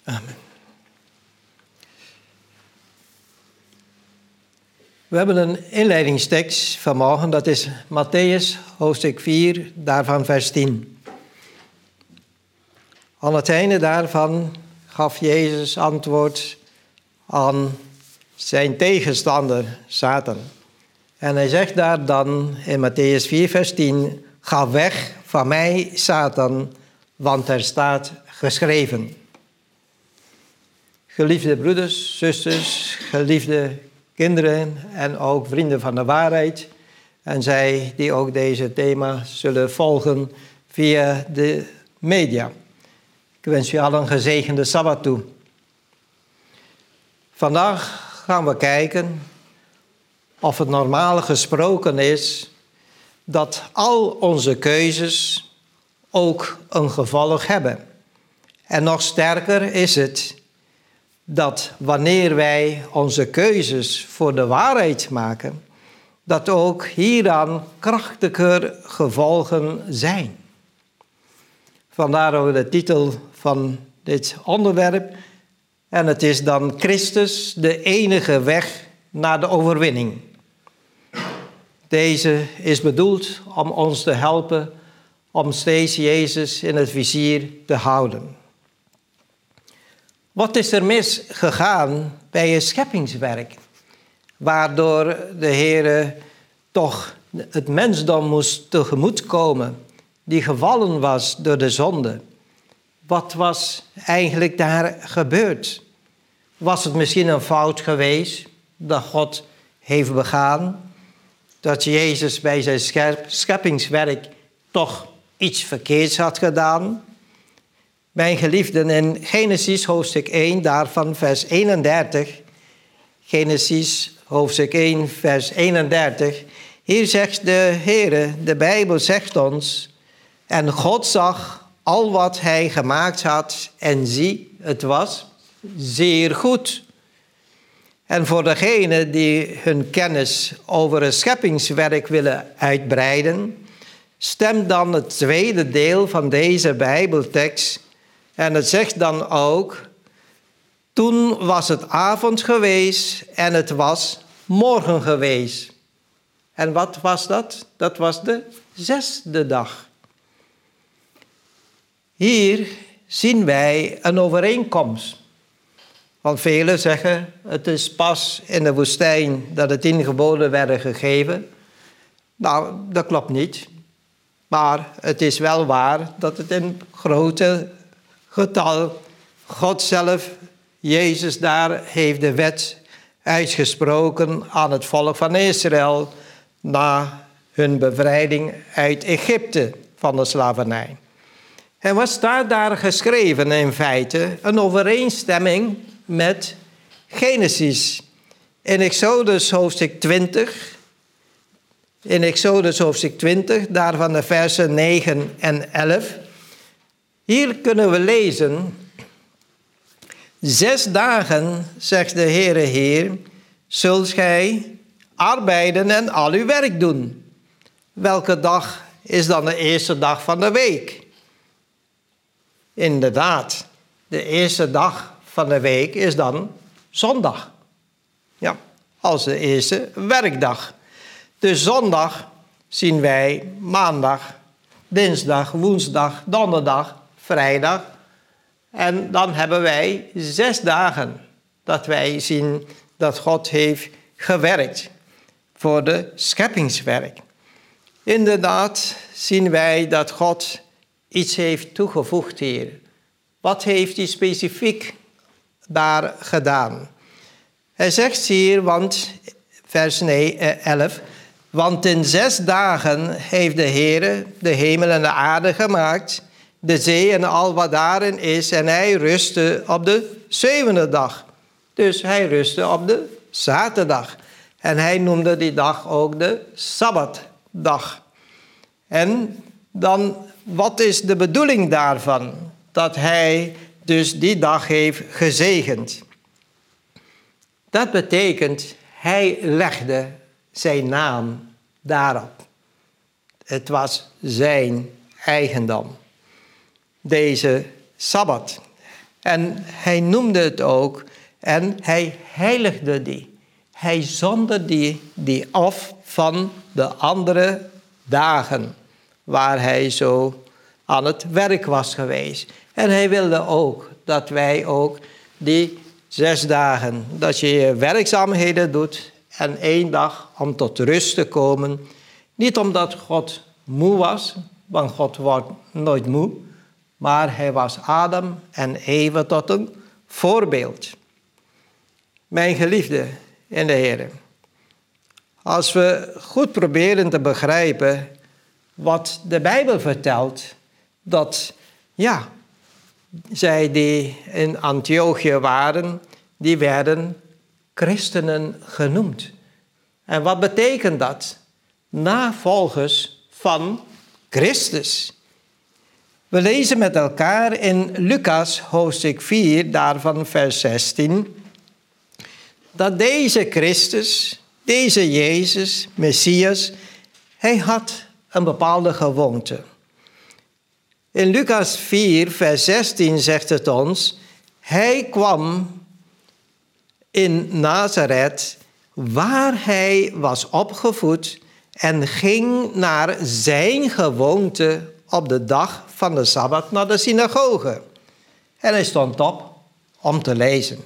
Amen. We hebben een inleidingstekst vanmorgen, dat is Mattheüs hoofdstuk 4, daarvan vers 10. Aan het einde daarvan gaf Jezus antwoord aan zijn tegenstander, Satan. En hij zegt daar dan in Mattheüs 4, vers 10... Ga weg van mij, Satan, want er staat geschreven. Geliefde broeders, zusters, geliefde kinderen en ook vrienden van de waarheid. En zij die ook deze thema zullen volgen via de media. Ik wens u allen een gezegende Sabbat toe. Vandaag gaan we kijken of het normaal gesproken is dat al onze keuzes ook een gevolg hebben. En nog sterker is het dat wanneer wij onze keuzes voor de waarheid maken, dat ook hieraan krachtiger gevolgen zijn. Vandaar ook de titel van dit onderwerp. En het is dan Christus, de enige weg naar de overwinning. Deze is bedoeld om ons te helpen om steeds Jezus in het vizier te houden. Wat is er misgegaan bij het scheppingswerk, waardoor de Heer toch het mensdom moest tegemoetkomen, die gevallen was door de zonde? Wat was eigenlijk daar gebeurd? Was het misschien een fout geweest dat God heeft begaan? Dat Jezus bij zijn scheppingswerk toch iets verkeerds had gedaan? Mijn geliefden, in Genesis hoofdstuk 1, daarvan vers 31. Genesis hoofdstuk 1, vers 31. Hier zegt de Heer, de Bijbel zegt ons: en God zag al wat hij gemaakt had, en zie, het was zeer goed. En voor degenen die hun kennis over het scheppingswerk willen uitbreiden, stem dan het tweede deel van deze Bijbeltekst. En het zegt dan ook: toen was het avond geweest en het was morgen geweest. En wat was dat? Dat was de 6e dag. Hier zien wij een overeenkomst. Want velen zeggen, het is pas in de woestijn dat de 10 geboden werden gegeven. Nou, dat klopt niet. Maar het is wel waar dat het in grote getal God zelf, Jezus daar, heeft de wet uitgesproken aan het volk van Israël na hun bevrijding uit Egypte van de slavernij. En wat staat daar geschreven in feite? Een overeenstemming met Genesis. In Exodus hoofdstuk 20, daarvan de versen 9 en 11. Hier kunnen we lezen: 6 dagen, zegt de Heere Heer, zult gij arbeiden en al uw werk doen. Welke dag is dan de eerste dag van de week? Inderdaad, de eerste dag van de week is dan zondag. Ja, als de eerste werkdag. Dus zondag zien wij maandag, dinsdag, woensdag, donderdag, vrijdag. En dan hebben wij 6 dagen dat wij zien dat God heeft gewerkt voor de scheppingswerk. Inderdaad zien wij dat God iets heeft toegevoegd hier. Wat heeft hij specifiek daar gedaan? Hij zegt hier, vers 11... want in 6 dagen heeft de Heere de hemel en de aarde gemaakt, de zee en al wat daarin is, en hij rustte op de 7e dag. Dus hij rustte op de zaterdag. En hij noemde die dag ook de Sabbatdag. En dan, wat is de bedoeling daarvan? Dat hij dus die dag heeft gezegend. Dat betekent, hij legde zijn naam daarop. Het was zijn eigendom. Deze Sabbat. En hij noemde het ook. En hij heiligde die. Hij zonderde die af van de andere dagen. Waar hij zo aan het werk was geweest. En hij wilde ook dat wij ook die 6 dagen, dat je je werkzaamheden doet en 1 dag om tot rust te komen. Niet omdat God moe was, want God wordt nooit moe, maar hij was Adam en Eva tot een voorbeeld. Mijn geliefde in de Heer, als we goed proberen te begrijpen wat de Bijbel vertelt, dat zij die in Antiochië waren, die werden christenen genoemd. En wat betekent dat? Navolgers van Christus. We lezen met elkaar in Lucas hoofdstuk 4, daarvan vers 16, dat deze Christus, deze Jezus, Messias, hij had een bepaalde gewoonte. In Lucas 4, vers 16 zegt het ons, hij kwam in Nazareth, waar hij was opgevoed, en ging naar zijn gewoonte op de dag van de Sabbat naar de synagoge. En hij stond op om te lezen.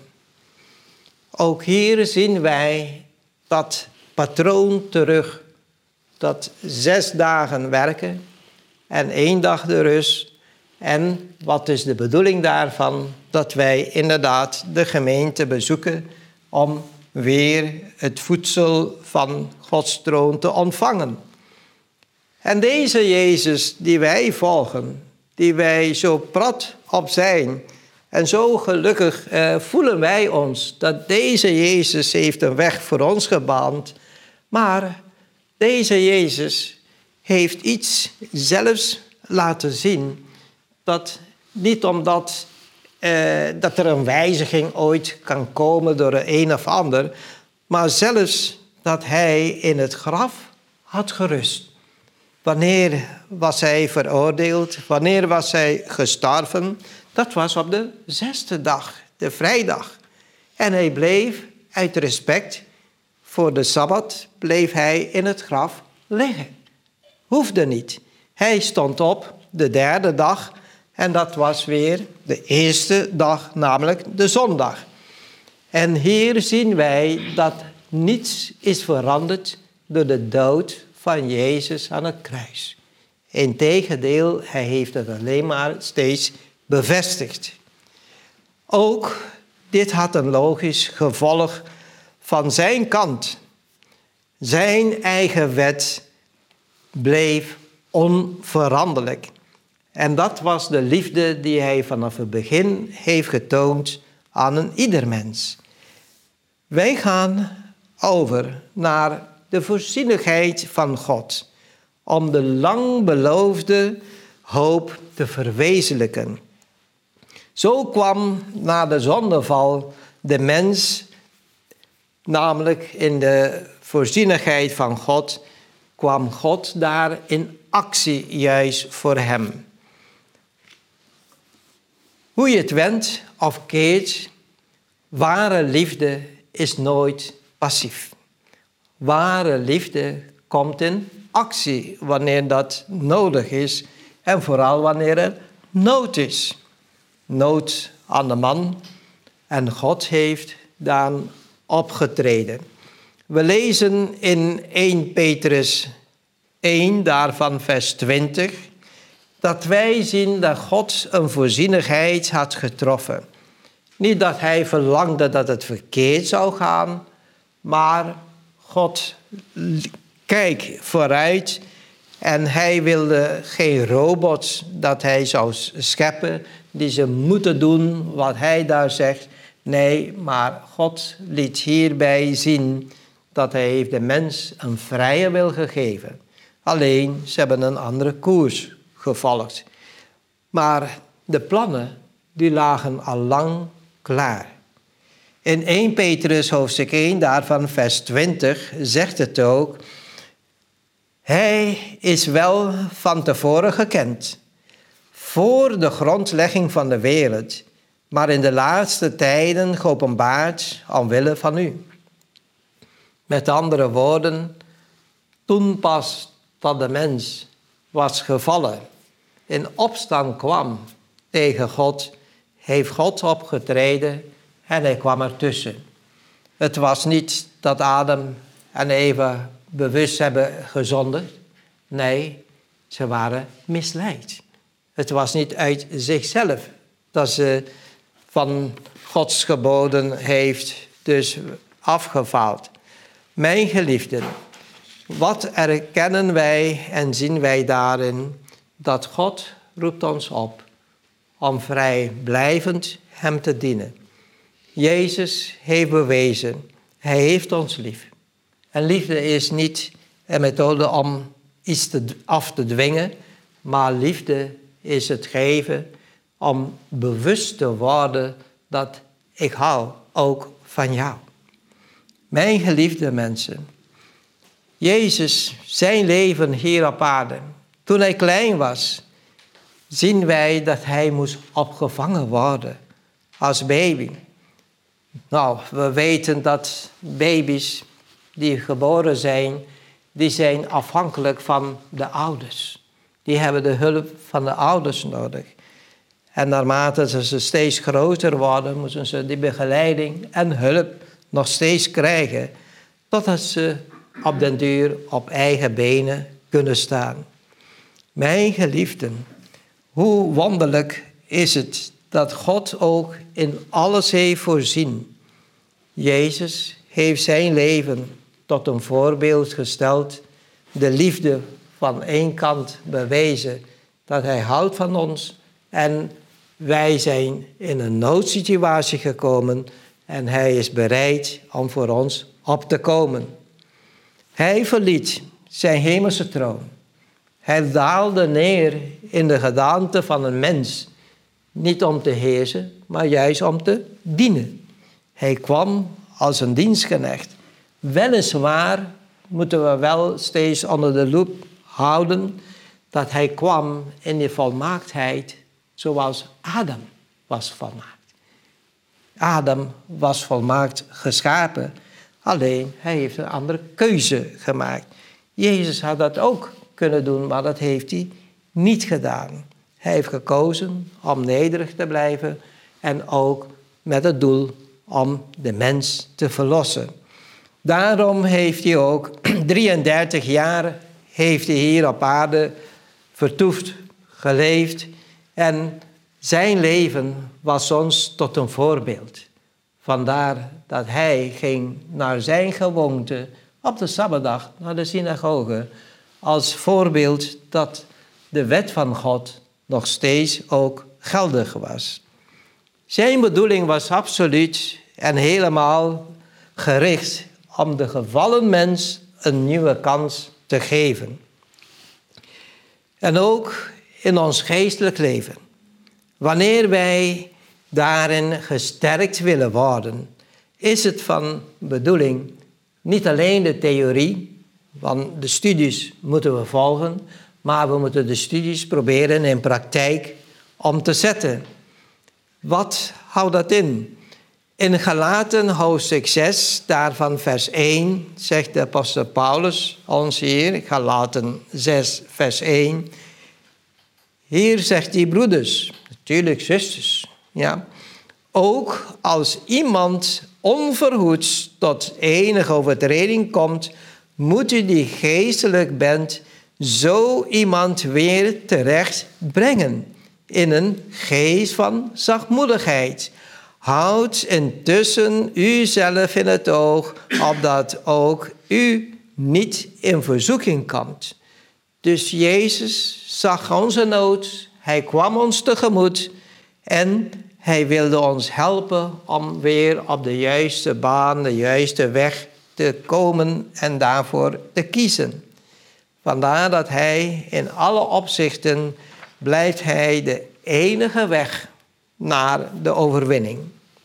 Ook hier zien wij dat patroon terug. Dat 6 dagen werken en 1 dag de rust. En wat is de bedoeling daarvan? Dat wij inderdaad de gemeente bezoeken om weer het voedsel van Gods troon te ontvangen. En deze Jezus die wij volgen, die wij zo prat op zijn, en zo gelukkig voelen wij ons dat deze Jezus heeft een weg voor ons gebaand. Maar deze Jezus heeft iets zelfs laten zien, dat niet omdat dat er een wijziging ooit kan komen door een of ander, maar zelfs dat hij in het graf had gerust. Wanneer was hij veroordeeld? Wanneer was hij gestorven? Dat was op de 6e dag, de vrijdag. En hij bleef uit respect voor de Sabbat, bleef hij in het graf liggen. Hoefde niet. Hij stond op de 3e dag en dat was weer de 1e dag, namelijk de zondag. En hier zien wij dat niets is veranderd door de dood van Jezus aan het kruis. Integendeel, hij heeft het alleen maar steeds bevestigd. Ook dit had een logisch gevolg van zijn kant. Zijn eigen wet bleef onveranderlijk. En dat was de liefde die hij vanaf het begin heeft getoond aan een ieder mens. Wij gaan over naar de voorzienigheid van God, om de lang beloofde hoop te verwezenlijken. Zo kwam na de zondeval de mens, namelijk in de voorzienigheid van God, kwam God daar in actie juist voor hem. Hoe je het wendt of keert, ware liefde is nooit passief. Ware liefde komt in actie wanneer dat nodig is en vooral wanneer er nood is. Nood aan de man en God heeft dan opgetreden. We lezen in 1 Petrus 1, daarvan vers 20, dat wij zien dat God een voorzienigheid had getroffen. Niet dat hij verlangde dat het verkeerd zou gaan, maar God kijkt vooruit en hij wilde geen robots dat hij zou scheppen die ze moeten doen wat hij daar zegt. Nee, maar God liet hierbij zien dat hij heeft de mens een vrije wil gegeven. Alleen, ze hebben een andere koers gevolgd. Maar de plannen, die lagen al lang klaar. In 1 Petrus hoofdstuk 1, daarvan vers 20, zegt het ook: hij is wel van tevoren gekend, voor de grondlegging van de wereld, maar in de laatste tijden geopenbaard omwille van u. Met andere woorden, toen pas dat de mens was gevallen, in opstand kwam tegen God, heeft God opgetreden en hij kwam ertussen. Het was niet dat Adam en Eva bewust hebben gezondigd. Nee, ze waren misleid. Het was niet uit zichzelf dat ze van Gods geboden heeft dus afgefaald. Mijn geliefden, wat erkennen wij en zien wij daarin? Dat God roept ons op om vrijblijvend hem te dienen. Jezus heeft bewezen, hij heeft ons lief. En liefde is niet een methode om iets af te dwingen, maar liefde is het geven om bewust te worden dat ik hou ook van jou. Mijn geliefde mensen, Jezus, zijn leven hier op aarde, toen hij klein was, zien wij dat hij moest opgevangen worden als baby. Nou, we weten dat baby's die geboren zijn, die zijn afhankelijk van de ouders. Die hebben de hulp van de ouders nodig. En naarmate ze steeds groter worden, moeten ze die begeleiding en hulp nog steeds krijgen, totdat ze op den duur op eigen benen kunnen staan. Mijn geliefden, hoe wonderlijk is het dat God ook in alles heeft voorzien. Jezus heeft zijn leven tot een voorbeeld gesteld, de liefde van één kant bewezen, dat hij houdt van ons en wij zijn in een noodsituatie gekomen en hij is bereid om voor ons op te komen. Hij verliet zijn hemelse troon. Hij daalde neer in de gedaante van een mens, niet om te heersen, maar juist om te dienen. Hij kwam als een dienstknecht. Weliswaar moeten we wel steeds onder de loep houden dat hij kwam in de volmaaktheid zoals Adam was volmaakt. Adam was volmaakt geschapen, alleen hij heeft een andere keuze gemaakt. Jezus had dat ook kunnen doen, maar dat heeft hij niet gedaan. Hij heeft gekozen om nederig te blijven en ook met het doel om de mens te verlossen. Daarom heeft hij ook 33 jaar heeft hij hier op aarde vertoefd, geleefd en zijn leven was ons tot een voorbeeld. Vandaar dat hij ging naar zijn gewoonte op de Sabbatdag naar de synagoge als voorbeeld dat de wet van God nog steeds ook geldig was. Zijn bedoeling was absoluut en helemaal gericht om de gevallen mens een nieuwe kans te geven. En ook in ons geestelijk leven. Wanneer wij daarin gesterkt willen worden, is het van bedoeling niet alleen de theorie, want de studies moeten we volgen, maar we moeten de studies proberen in praktijk om te zetten. Wat houdt dat in? In Galaten hoofdstuk 6, daarvan vers 1, zegt de apostel Paulus ons hier, Galaten 6, vers 1. Hier zegt hij broeders, natuurlijk zusters, ja. Ook als iemand onverhoeds tot enige overtreding komt, moet u die geestelijk bent, zo iemand weer terecht brengen in een geest van zachtmoedigheid. Houd intussen uzelf in het oog, opdat ook u niet in verzoeking komt. Dus Jezus zag onze nood, hij kwam ons tegemoet en hij wilde ons helpen om weer op de juiste baan, de juiste weg te komen en daarvoor te kiezen. Vandaar dat hij in alle opzichten blijft hij de enige weg naar de overwinning.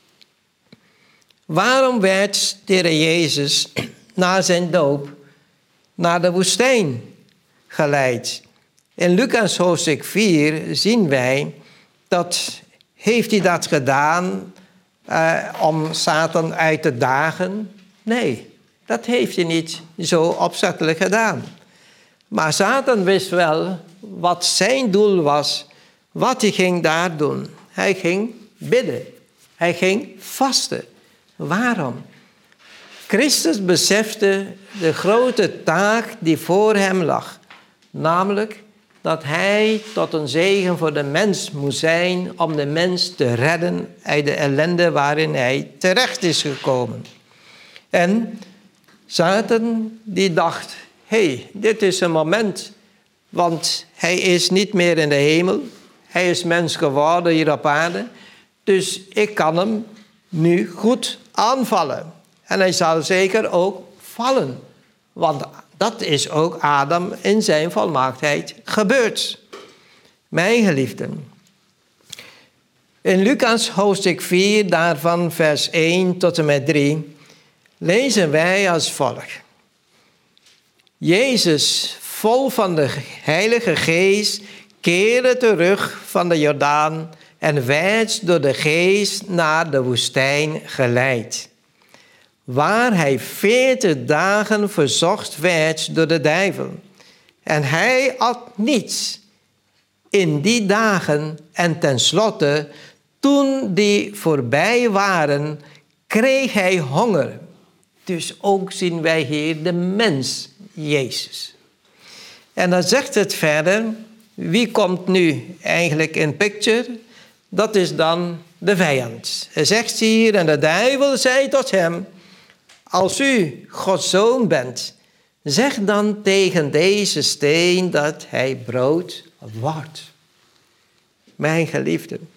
Waarom werd de Heer Jezus na zijn doop naar de woestijn geleid? In Lucas hoofdstuk 4 zien wij dat Heeft hij dat gedaan om Satan uit te dagen? Nee, dat heeft hij niet zo opzettelijk gedaan. Maar Satan wist wel wat zijn doel was, wat hij ging daar doen. Hij ging bidden. Hij ging vasten. Waarom? Christus besefte de grote taak die voor hem lag. Namelijk dat hij tot een zegen voor de mens moest zijn om de mens te redden uit de ellende waarin hij terecht is gekomen. En Satan die dacht, dit is een moment, want hij is niet meer in de hemel. Hij is mens geworden hier op aarde. Dus ik kan hem nu goed aanvallen. En hij zal zeker ook vallen. Want dat is ook Adam in zijn volmaaktheid gebeurd. Mijn geliefden. In Lucas hoofdstuk 4, daarvan vers 1 tot en met 3, lezen wij als volgt. Jezus, vol van de Heilige Geest, keerde terug van de Jordaan en werd door de Geest naar de woestijn geleid, waar hij 40 dagen verzocht werd door de duivel. En hij at niets in die dagen en tenslotte, toen die voorbij waren, kreeg hij honger. Dus ook zien wij hier de mens Jezus. En dan zegt het verder, wie komt nu eigenlijk in picture? Dat is dan de vijand. Hij zegt hier, en de duivel zei tot hem, als u Gods zoon bent, zeg dan tegen deze steen dat hij brood wordt. Mijn geliefden.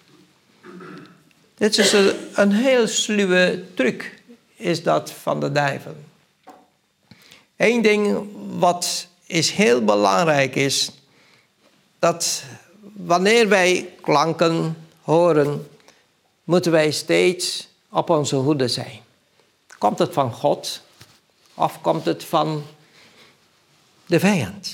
Dit is een heel sluwe truc, is dat van de duivel. Eén ding wat is heel belangrijk is, dat wanneer wij klanken horen, moeten wij steeds op onze hoede zijn. Komt het van God of komt het van de vijand?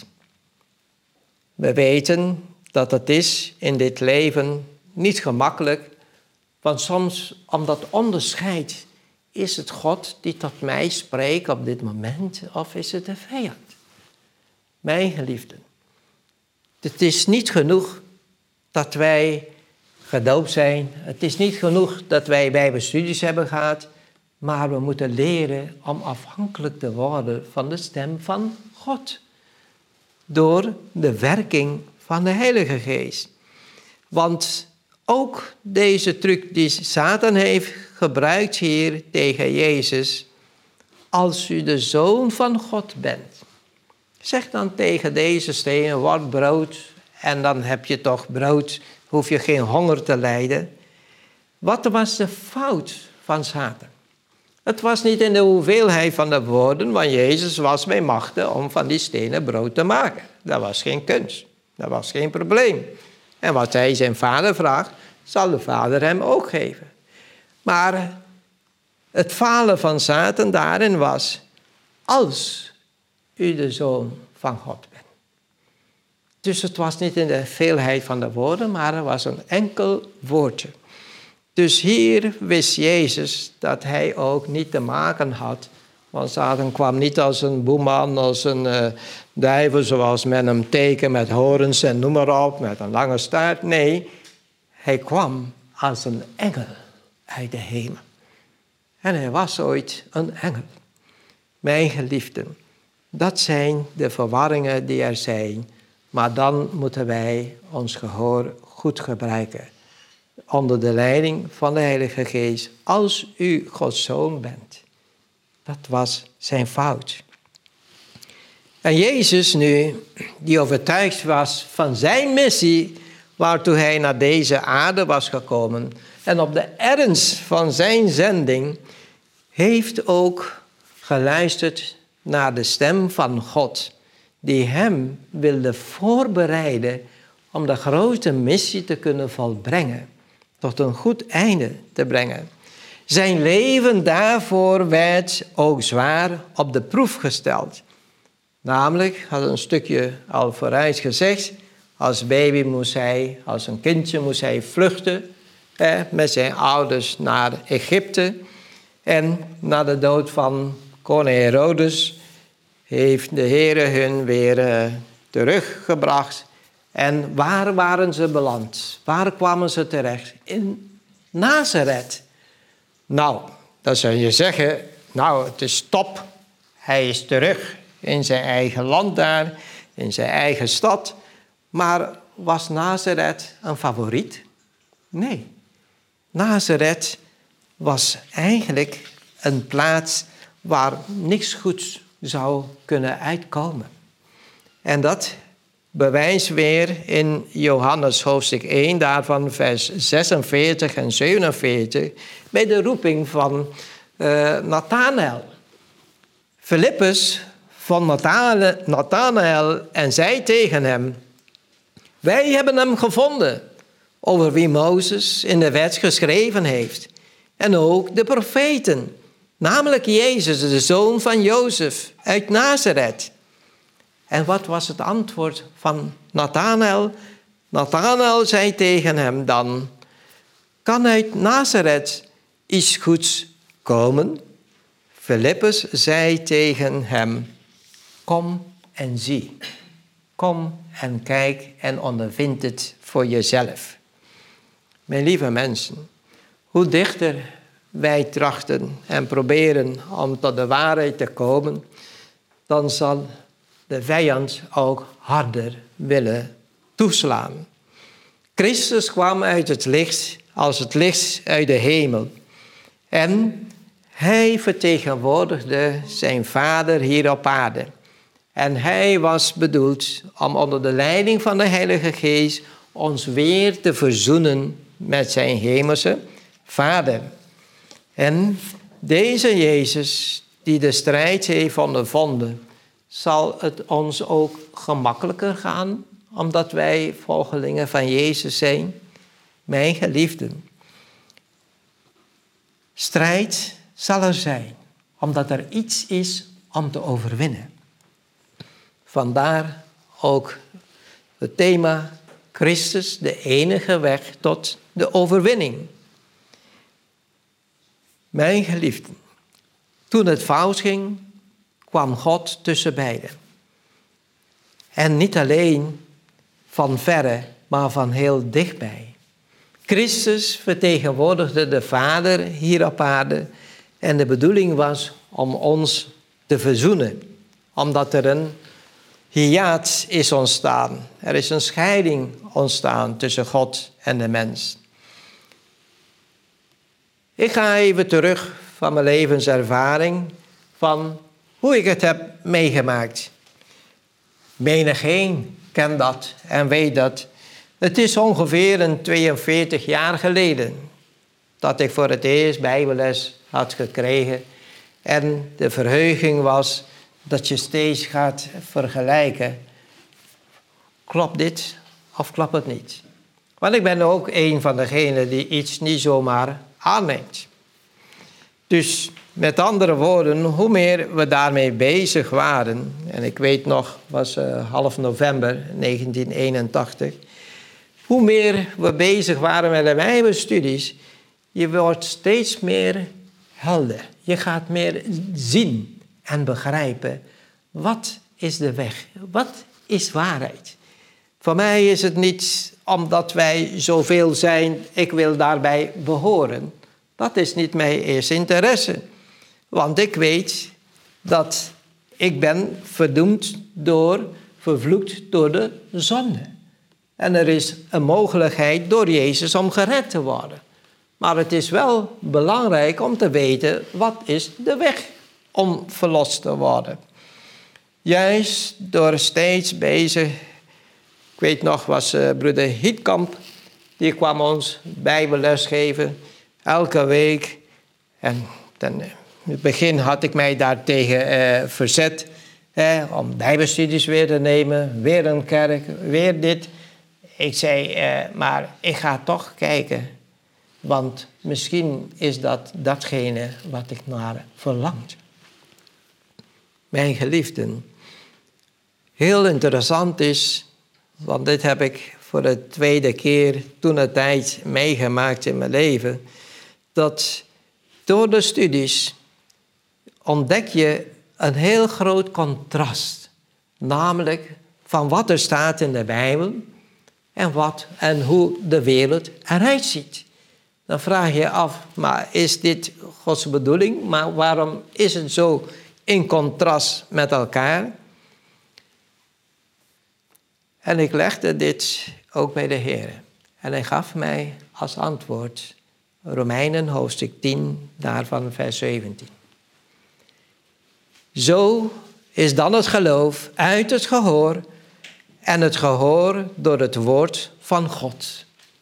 We weten dat het is in dit leven niet gemakkelijk, want soms om dat onderscheid, is het God die tot mij spreekt op dit moment of is het de vijand? Mijn geliefden, het is niet genoeg dat wij gedoopt zijn. Het is niet genoeg dat wij bijbelstudies hebben gehad. Maar we moeten leren om afhankelijk te worden van de stem van God. Door de werking van de Heilige Geest. Want ook deze truc die Satan heeft gebruikt hier tegen Jezus. Als u de Zoon van God bent. Zeg dan tegen deze stenen, word brood. En dan heb je toch brood, hoef je geen honger te lijden. Wat was de fout van Satan? Het was niet in de hoeveelheid van de woorden, want Jezus was bij machten om van die stenen brood te maken. Dat was geen kunst, dat was geen probleem. En wat hij zijn vader vraagt, zal de vader hem ook geven. Maar het falen van Satan daarin was, als u de Zoon van God bent. Dus het was niet in de veelheid van de woorden, maar er was een enkel woordje. Dus hier wist Jezus dat hij ook niet te maken had. Want Satan kwam niet als een boeman, als een duivel, zoals men hem tekent met horens en noem maar op, met een lange staart. Nee, hij kwam als een engel uit de hemel. En hij was ooit een engel. Mijn geliefden, dat zijn de verwarringen die er zijn. Maar dan moeten wij ons gehoor goed gebruiken. Onder de leiding van de Heilige Geest, als u Gods zoon bent. Dat was zijn fout. En Jezus nu, die overtuigd was van zijn missie, waartoe hij naar deze aarde was gekomen, en op de ernst van zijn zending, heeft ook geluisterd naar de stem van God, die hem wilde voorbereiden om de grote missie te kunnen volbrengen. Tot een goed einde te brengen. Zijn leven daarvoor werd ook zwaar op de proef gesteld. Namelijk, had een stukje al vooruit gezegd, als baby moest hij, als een kindje moest hij vluchten met zijn ouders naar Egypte. En na de dood van koning Herodes heeft de Heere hun weer teruggebracht. En waar waren ze beland? Waar kwamen ze terecht? In Nazareth. Nou, dan zou je zeggen, nou, het is top. Hij is terug in zijn eigen land daar, in zijn eigen stad. Maar was Nazareth een favoriet? Nee. Nazareth was eigenlijk een plaats waar niks goeds zou kunnen uitkomen. En dat bewijst weer in Johannes hoofdstuk 1, daarvan vers 46 en 47, bij de roeping van Nathanael. Filippus van Nathanael en zei tegen hem: wij hebben hem gevonden, over wie Mozes in de wet geschreven heeft. En ook de profeten, namelijk Jezus, de zoon van Jozef, uit Nazareth. En wat was het antwoord van Nathanael? Nathanael zei tegen hem dan: kan uit Nazareth iets goeds komen? Filippus zei tegen hem: kom en zie. Kom en kijk en ondervind het voor jezelf. Mijn lieve mensen, hoe dichter wij trachten en proberen om tot de waarheid te komen, dan zal de vijand ook harder willen toeslaan. Christus kwam uit het licht als het licht uit de hemel. En hij vertegenwoordigde zijn Vader hier op aarde. En hij was bedoeld om onder de leiding van de Heilige Geest ons weer te verzoenen met zijn hemelse Vader. En deze Jezus, die de strijd heeft ondervonden, zal het ons ook gemakkelijker gaan, omdat wij volgelingen van Jezus zijn? Mijn geliefden, strijd zal er zijn, omdat er iets is om te overwinnen. Vandaar ook het thema Christus, de enige weg tot de overwinning. Mijn geliefden, toen het fout ging, kwam God tussen beiden. En niet alleen van verre, maar van heel dichtbij. Christus vertegenwoordigde de Vader hier op aarde. En de bedoeling was om ons te verzoenen. Omdat er een hiaat is ontstaan. Er is een scheiding ontstaan tussen God en de mens. Ik ga even terug van mijn levenservaring, van hoe ik het heb meegemaakt. Menigeen kent dat en weet dat. Het is ongeveer een 42 jaar geleden dat ik voor het eerst Bijbelles had gekregen. En de verheuging was dat je steeds gaat vergelijken. Klopt dit of klopt het niet? Want ik ben ook een van degenen die iets niet zomaar aanneemt. Dus met andere woorden, hoe meer we daarmee bezig waren, en ik weet nog, was half november 1981, hoe meer we bezig waren met de Bijbelstudies, je wordt steeds meer helder. Je gaat meer zien en begrijpen, wat is de weg? Wat is waarheid? Voor mij is het niet omdat wij zoveel zijn, ik wil daarbij behoren. Dat is niet mijn eerste interesse. Want ik weet dat ik ben vervloekt door de zonde. En er is een mogelijkheid door Jezus om gered te worden. Maar het is wel belangrijk om te weten, wat is de weg om verlost te worden? Juist door steeds bezig, ik weet nog, was broeder Hietkamp, die kwam ons Bijbelles geven, elke week. En in het begin had ik mij daartegen verzet, om Bijbelstudies weer te nemen, weer een kerk, weer dit. Ik zei, maar ik ga toch kijken, want misschien is dat datgene wat ik naar verlangt. Mijn geliefden, heel interessant is, want dit heb ik voor de tweede keer toentertijd meegemaakt in mijn leven, dat door de studies ontdek je een heel groot contrast. Namelijk van wat er staat in de Bijbel en hoe de wereld eruit ziet. Dan vraag je je af, maar is dit Gods bedoeling? Maar waarom is het zo in contrast met elkaar? En ik legde dit ook bij de Heer. En hij gaf mij als antwoord Romeinen hoofdstuk 10, daarvan vers 17. Zo is dan het geloof uit het gehoor en het gehoor door het woord van God.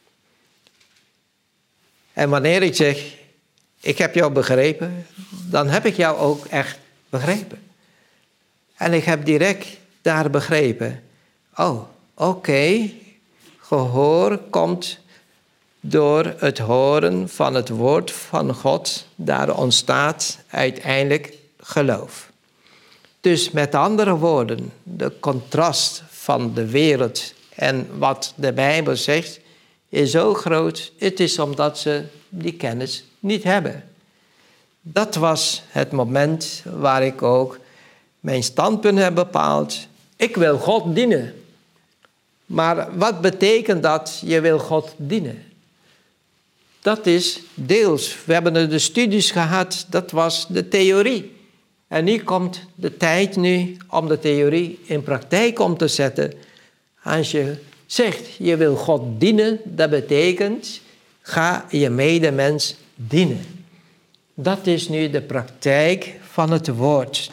En wanneer ik zeg, ik heb jou begrepen, dan heb ik jou ook echt begrepen. En ik heb direct daar begrepen, oké, gehoor komt door het horen van het woord van God. Daar ontstaat uiteindelijk geloof. Dus met andere woorden, de contrast van de wereld en wat de Bijbel zegt, is zo groot. Het is omdat ze die kennis niet hebben. Dat was het moment waar ik ook mijn standpunt heb bepaald. Ik wil God dienen. Maar wat betekent dat je wil God dienen? Dat is deels. We hebben de studies gehad, dat was de theorie. En nu komt de tijd om de theorie in praktijk om te zetten. Als je zegt, je wil God dienen, dat betekent, ga je medemens dienen. Dat is nu de praktijk van het woord.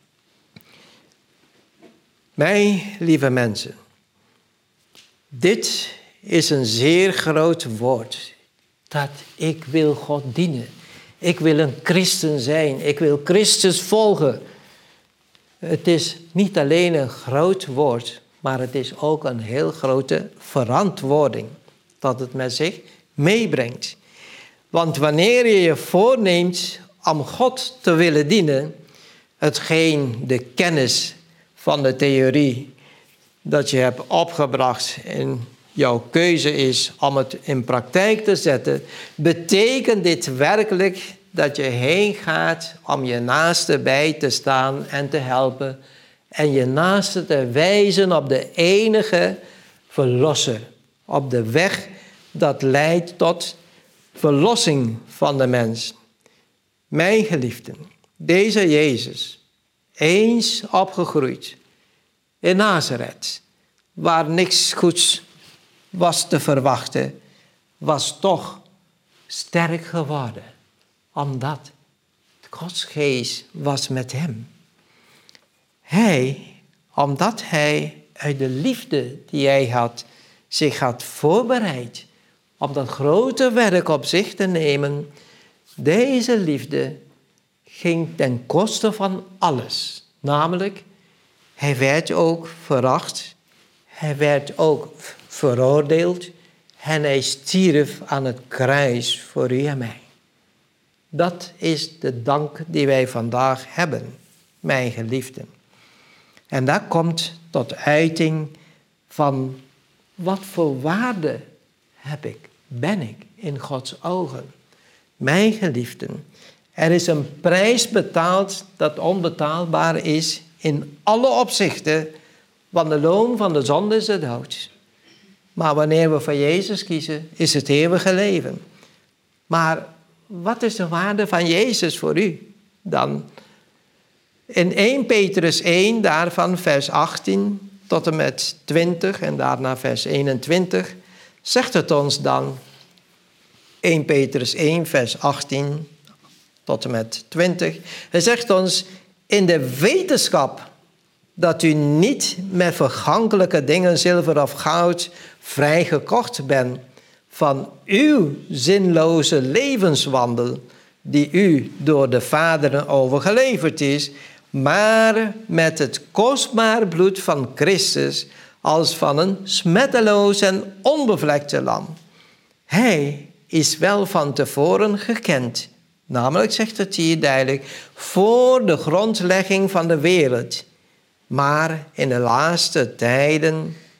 Mijn lieve mensen, dit is een zeer groot woord. Dat ik wil God dienen. Ik wil een christen zijn. Ik wil Christus volgen. Het is niet alleen een groot woord, maar het is ook een heel grote verantwoording dat het met zich meebrengt. Want wanneer je je voorneemt om God te willen dienen, hetgeen de kennis van de theorie dat je hebt opgebracht en jouw keuze is om het in praktijk te zetten, betekent dit werkelijk dat je heen gaat om je naaste bij te staan en te helpen en je naaste te wijzen op de enige verlosser, op de weg dat leidt tot verlossing van de mens. Mijn geliefden, deze Jezus, eens opgegroeid in Nazareth, waar niks goeds was te verwachten, was toch sterk geworden, omdat Gods geest was met hem. Omdat hij uit de liefde die hij had, zich had voorbereid om dat grote werk op zich te nemen, deze liefde ging ten koste van alles. Namelijk, hij werd ook veracht, hij werd ook veroordeeld en hij stierf aan het kruis voor u en mij. Dat is de dank die wij vandaag hebben, mijn geliefden. En dat komt tot uiting van wat voor waarde ben ik in Gods ogen. Mijn geliefden, er is een prijs betaald dat onbetaalbaar is in alle opzichten, want de loon van de zonde is de dood. Maar wanneer we voor Jezus kiezen, is het eeuwige leven. Maar wat is de waarde van Jezus voor u dan? In 1 Petrus 1, daarvan vers 18 tot en met 20 en daarna vers 21, zegt het ons dan, 1 Petrus 1, vers 18 tot en met 20. Hij zegt ons, in de wetenschap dat u niet met vergankelijke dingen, zilver of goud, vrijgekocht bent van uw zinloze levenswandel, die u door de vaderen overgeleverd is, maar met het kostbaar bloed van Christus als van een smetteloos en onbevlekte lam. Hij is wel van tevoren gekend, namelijk, zegt het hier duidelijk, voor de grondlegging van de wereld. Maar in de laatste tijden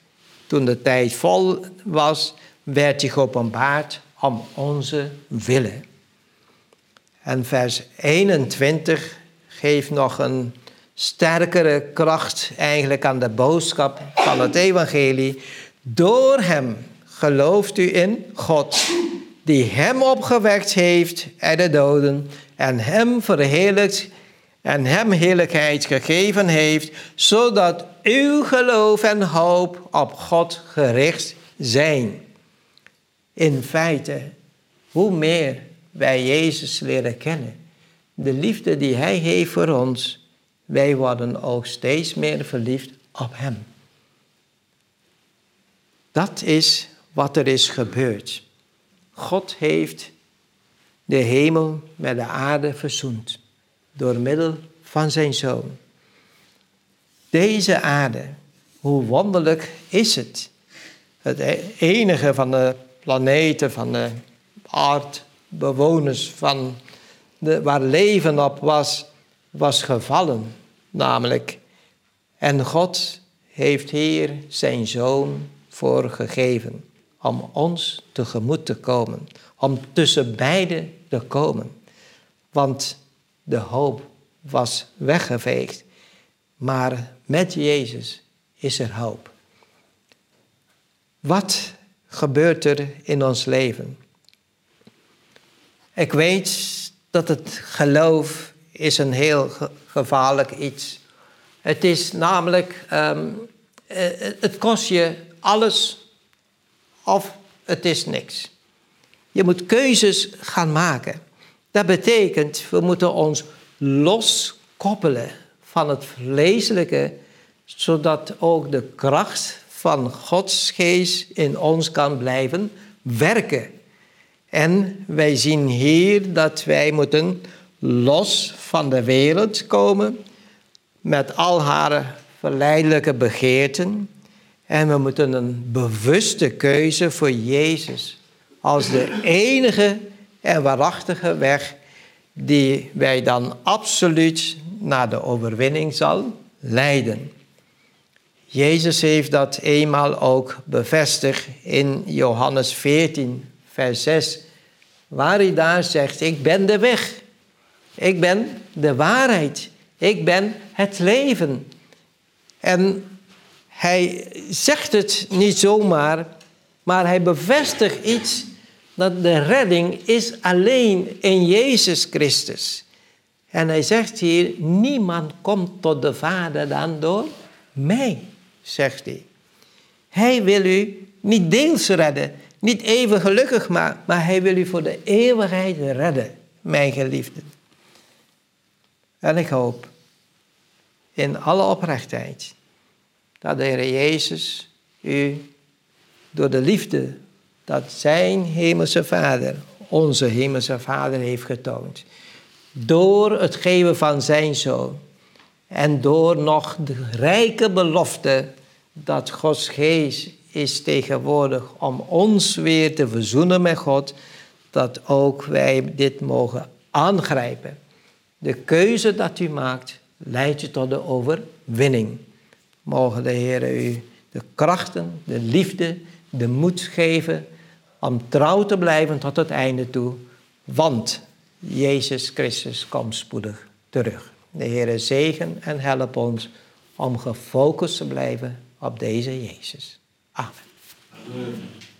toen de tijd vol was, werd hij geopenbaard om onze willen. En vers 21 geeft nog een sterkere kracht eigenlijk aan de boodschap van het evangelie. Door hem gelooft u in God, die hem opgewekt heeft uit de doden en hem verheerlijkt en hem heerlijkheid gegeven heeft, zodat uw geloof en hoop op God gericht zijn. In feite, hoe meer wij Jezus leren kennen, de liefde die hij heeft voor ons, wij worden ook steeds meer verliefd op hem. Dat is wat er is gebeurd. God heeft de hemel met de aarde verzoend door middel van zijn Zoon. Deze aarde, hoe wonderlijk is het? Het enige van de planeten, van de aardbewoners, waar leven op was gevallen, namelijk. En God heeft hier zijn Zoon voor gegeven, om ons tegemoet te komen, om tussen beiden te komen. Want de hoop was weggeveegd, maar met Jezus is er hoop. Wat gebeurt er in ons leven? Ik weet dat het geloof is een heel gevaarlijk iets. Het is namelijk, het kost je alles of het is niks. Je moet keuzes gaan maken. Dat betekent, we moeten ons loskoppelen van het vleeselijke, zodat ook de kracht van Gods geest in ons kan blijven werken. En wij zien hier dat wij moeten los van de wereld komen met al haar verleidelijke begeerten. En we moeten een bewuste keuze voor Jezus als de enige en waarachtige weg die wij dan absoluut naar de overwinning zal leiden. Jezus heeft dat eenmaal ook bevestigd in Johannes 14, vers 6, waar hij daar zegt, ik ben de weg, ik ben de waarheid, ik ben het leven. En hij zegt het niet zomaar, maar hij bevestigt iets, dat de redding is alleen in Jezus Christus. En hij zegt hier, niemand komt tot de Vader dan door mij, zegt hij. Hij wil u niet deels redden, niet even gelukkig maken, maar hij wil u voor de eeuwigheid redden, mijn geliefden. En ik hoop in alle oprechtheid dat de Heer Jezus u door de liefde dat zijn hemelse Vader, onze hemelse Vader, heeft getoond, door het geven van zijn Zoon en door nog de rijke belofte dat Gods geest is tegenwoordig om ons weer te verzoenen met God, dat ook wij dit mogen aangrijpen. De keuze dat u maakt, leidt u tot de overwinning. Mogen de Heer u de krachten, de liefde, de moed geven om trouw te blijven tot het einde toe, want Jezus Christus komt spoedig terug. De Heer zegen en help ons om gefocust te blijven op deze Jezus. Amen. Amen.